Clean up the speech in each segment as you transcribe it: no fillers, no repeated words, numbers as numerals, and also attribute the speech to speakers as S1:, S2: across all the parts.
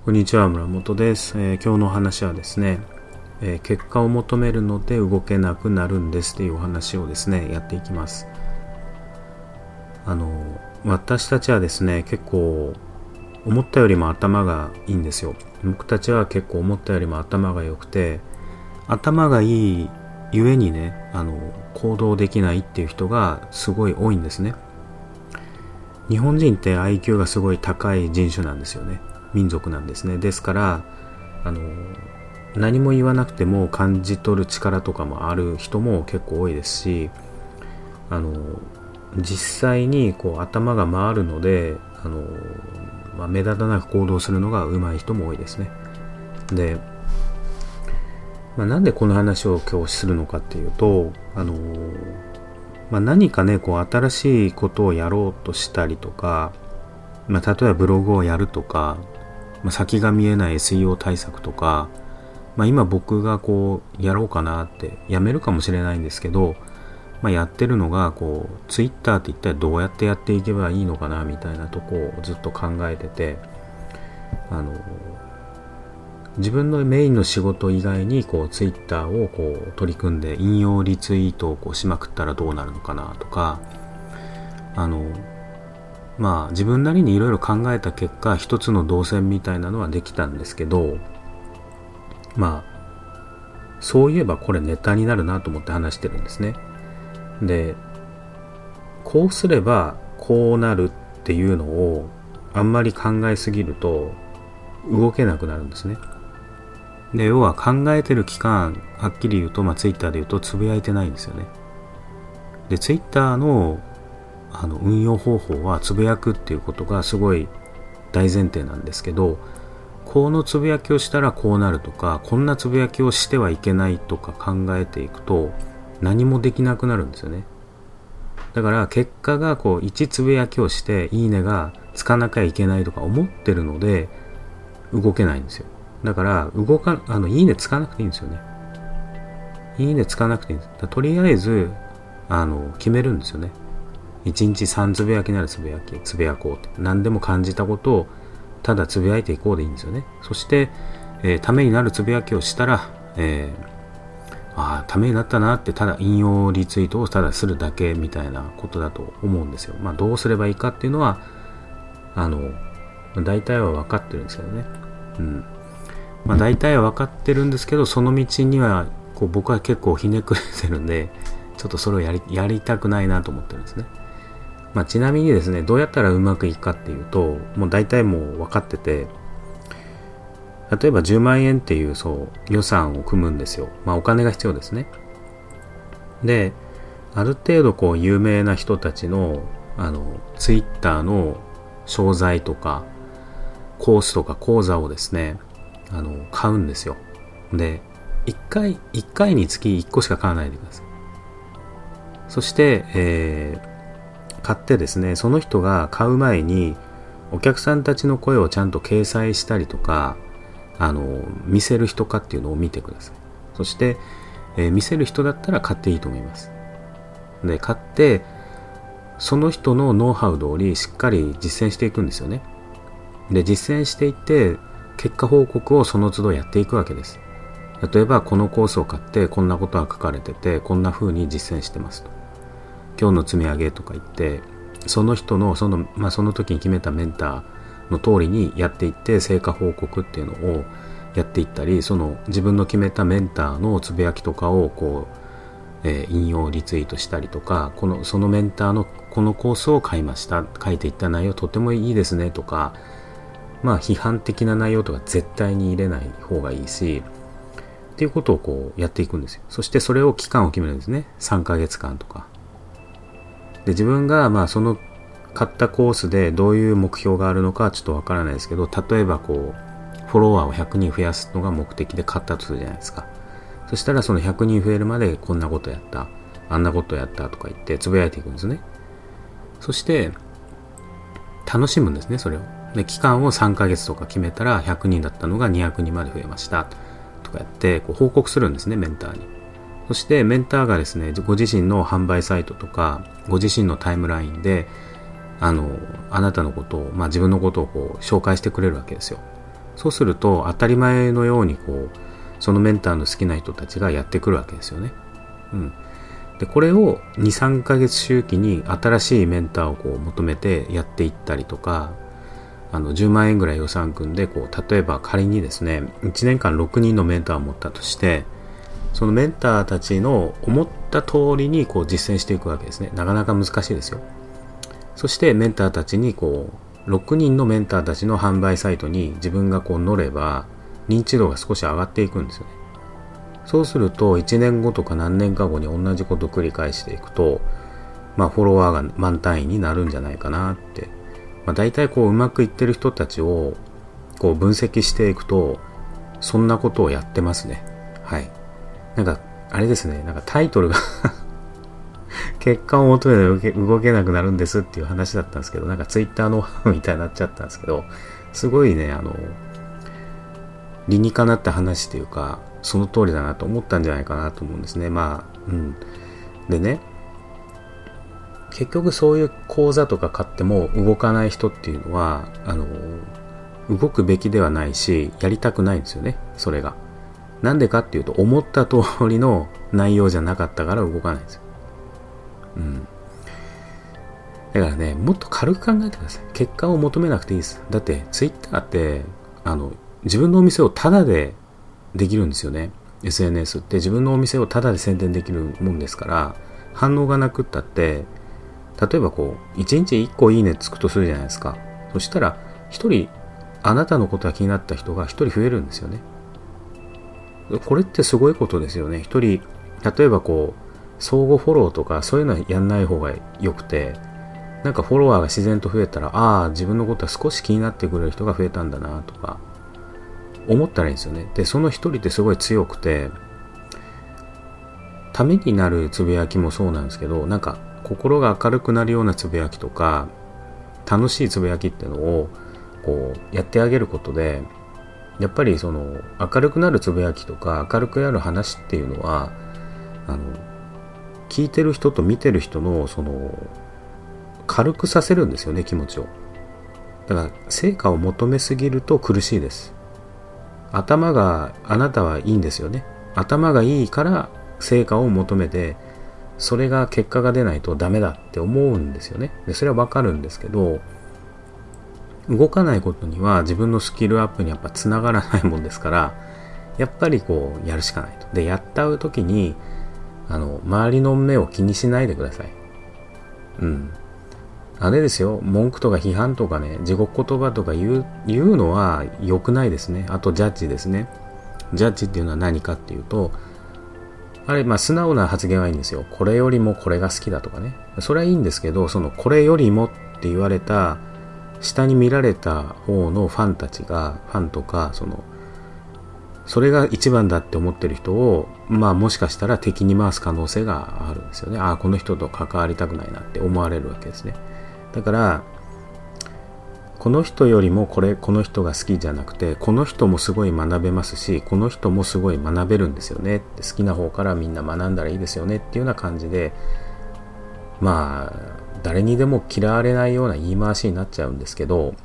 S1: こんにちは、村本です。今日のお話はですね、結果を求めるので動けなくなるんですというお話をですね、やっていきます。私たちはですね、結構思ったよりも頭がいいんですよ。僕たちは結構思ったよりも頭が良くて、頭がいいゆえにね、行動できないっていう人がすごい多いんですね。日本人って IQ がすごい高い人種なんですよね。民族なんですね。ですから何も言わなくても感じ取る力とかもある人も結構多いですし、実際にこう頭が回るので目立たなく行動するのが上手い人も多いですね。で、なんでこの話を今日するのかっていうと、何かねこう新しいことをやろうとしたりとか、例えばブログをやるとか、先が見えない SEO 対策とか、今僕がこうやろうかなってやめるかもしれないんですけど、やってるのがこう Twitter って一体どうやってやっていけばいいのかなみたいなとこをずっと考えてて、自分のメインの仕事以外にこう Twitter をこう取り組んで引用リツイートをこうしまくったらどうなるのかなとか、自分なりにいろいろ考えた結果一つの動線みたいなのはできたんですけど、そういえばこれネタになるなと思って話してるんですね。で、こうすればこうなるっていうのをあんまり考えすぎると動けなくなるんですね。で、要は考えてる期間、はっきり言うと、ツイッターで言うとつぶやいてないんですよね。で、ツイッターの運用方法はつぶやくっていうことがすごい大前提なんですけど、このつぶやきをしたらこうなるとか、こんなつぶやきをしてはいけないとか考えていくと何もできなくなるんですよね。だから結果がこう1つぶやきをしていいねがつかなきゃいけないとか思ってるので動けないんですよ。だからいいねつかなくていいんですよね。いいねつかなくていいんです。とりあえず決めるんですよね。1日3つぶやきならつぶやこうって、何でも感じたことをただつぶやいていこうでいいんですよね。そして、ためになるつぶやきをしたら、ためになったなってただ引用リツイートをただするだけみたいなことだと思うんですよ。どうすればいいかっていうのは大体は分かってるんですけどね。大体は分かってるんですけど、その道にはこう僕は結構ひねくれてるんで、ちょっとそれをやりたくないなと思ってるんですね。ちなみにですね、どうやったらうまくいくかっていうと、もう大体もう分かってて、例えば10万円っていう予算を組むんですよ。お金が必要ですね。で、ある程度こう有名な人たちのツイッターの商材とかコースとか講座をですね、買うんですよ。で、1回につき1個しか買わないでください。そして、買ってですね、その人が買う前にお客さんたちの声をちゃんと掲載したりとか見せる人かっていうのを見てください。そして、見せる人だったら買っていいと思います。で、買ってその人のノウハウ通りしっかり実践していくんですよね。で、実践していって結果報告をその都度やっていくわけです。例えばこのコースを買ってこんなことが書かれてて、こんな風に実践してますと、今日の積み上げとか言って、その人のその時に決めたメンターの通りにやっていって成果報告っていうのをやっていったり、その自分の決めたメンターのつぶやきとかをこう、引用リツイートしたりとか、そのメンターのこのコースを買いました、書いていった内容とてもいいですねとか、批判的な内容とか絶対に入れない方がいいしっていうことをこうやっていくんですよ。そしてそれを期間を決めるんですね。3ヶ月間とかで、自分がその買ったコースでどういう目標があるのかちょっとわからないですけど、例えばこうフォロワーを100人増やすのが目的で買ったとするじゃないですか。そしたらその100人増えるまでこんなことやった、あんなことやったとか言ってつぶやいていくんですね。そして楽しむんですね、それを。で、期間を3ヶ月とか決めたら100人だったのが200人まで増えましたとかやってこう報告するんですね、メンターに。そしてメンターがですね、ご自身の販売サイトとかご自身のタイムラインであなたのことを、自分のことをこう紹介してくれるわけですよ。 そうすると当たり前のようにこうそのメンターの好きな人たちがやってくるわけですよね。でこれを 2,3 ヶ月周期に新しいメンターをこう求めてやっていったりとか、10万円ぐらい予算組んでこう例えば仮にですね1年間6人のメンターを持ったとして、そのメンターたちの思った通りにこう実践していくわけですね。なかなか難しいですよ。そしてメンターたちにこう6人のメンターたちの販売サイトに自分がこう乗れば認知度が少し上がっていくんですよね。そうすると1年後とか何年か後に同じことを繰り返していくと、フォロワーが満単位になるんじゃないかなって、大体こううまくいってる人たちをこう分析していくとそんなことをやってますね。はい。なんかあれですね、なんかタイトルが結果を求めて動けなくなるんですっていう話だったんですけど、なんかツイッターのファンみたいになっちゃったんですけど、すごいね理にかなった話というかその通りだなと思ったんじゃないかなと思うんですね。でね、結局そういう講座とか買っても動かない人っていうのは動くべきではないしやりたくないんですよね。それがなんでかっていうと思った通りの内容じゃなかったから動かないんですよ。だからね、もっと軽く考えてください。結果を求めなくていいです。だってツイッターって自分のお店をタダでできるんですよね。 SNS って自分のお店をタダで宣伝できるもんですから、反応がなくったって例えばこう1日1個いいねつくとするじゃないですか。そしたら1人あなたのことが気になった人が1人増えるんですよね。これってすごいことですよね。1人例えばこう相互フォローとかそういうのはやんない方がよくて、なんかフォロワーが自然と増えたら自分のことは少し気になってくれる人が増えたんだなとか思ったらいいんですよね。でその一人ってすごい強くて、ためになるつぶやきもそうなんですけど、なんか心が明るくなるようなつぶやきとか楽しいつぶやきっていうのをこうやってあげることで、やっぱりその明るくなるつぶやきとか明るくなる話っていうのは聞いてる人と見てる人のその軽くさせるんですよね、気持ちを。だから成果を求めすぎると苦しいです。あなたはいいんですよね。頭がいいから成果を求めて、それが結果が出ないとダメだって思うんですよね。でそれはわかるんですけど、動かないことには自分のスキルアップにやっぱつながらないもんですから、やっぱりこうやるしかないと。でやった時に周りの目を気にしないでください。あれですよ、文句とか批判とかね、地獄言葉とか言うのは良くないですね。あとジャッジですね。ジャッジっていうのは何かっていうと、素直な発言はいいんですよ。これよりもこれが好きだとかね。それはいいんですけど、そのこれよりもって言われた下に見られた方のファンとかそれが一番だって思ってる人をもしかしたら敵に回す可能性があるんですよね。この人と関わりたくないなって思われるわけですね。だからこの人よりもこの人が好きじゃなくて、この人もすごい学べますし、この人もすごい学べるんですよねって、好きな方からみんな学んだらいいですよねっていうような感じで、誰にでも嫌われないような言い回しになっちゃうんですけど、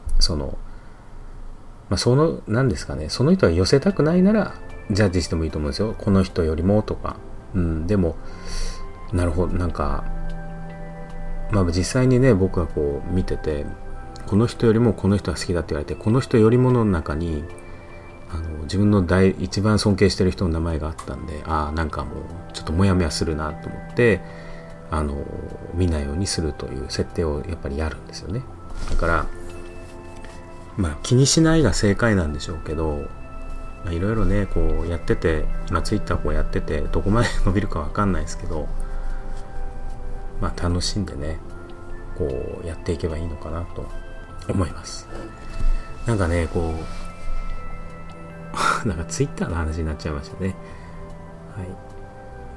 S1: 何ですかね、その人は寄せたくないならジャッジしてもいいと思うんですよ。この人よりもとか。でもなるほど、なんか実際にね、僕はこう見てて、この人よりもこの人が好きだって言われて、この人よりもの中に自分の一番尊敬してる人の名前があったんで、なんかもうちょっとモヤモヤするなと思って見ないようにするという設定をやっぱりやるんですよね。だから気にしないが正解なんでしょうけど、いろいろねこうやってて、ツイッターこうやっててどこまで伸びるかわかんないですけど、楽しんでねこうやっていけばいいのかなと思います。なんかねこうなんかツイッターの話になっちゃいましたね。はい。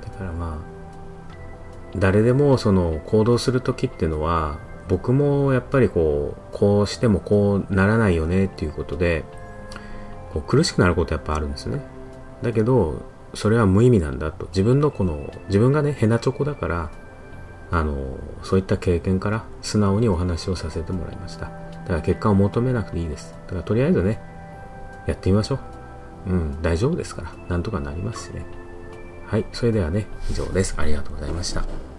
S1: だから誰でもその行動するときっていうのは、僕もやっぱりこうしてもこうならないよねっていうことでこう苦しくなることやっぱあるんですね。だけどそれは無意味なんだと、自分がねヘナチョコだからそういった経験から素直にお話をさせてもらいました。だから結果を求めなくていいです。だからとりあえずねやってみましょう。大丈夫ですから、なんとかなりますしね。はい、それではね、以上です。ありがとうございました。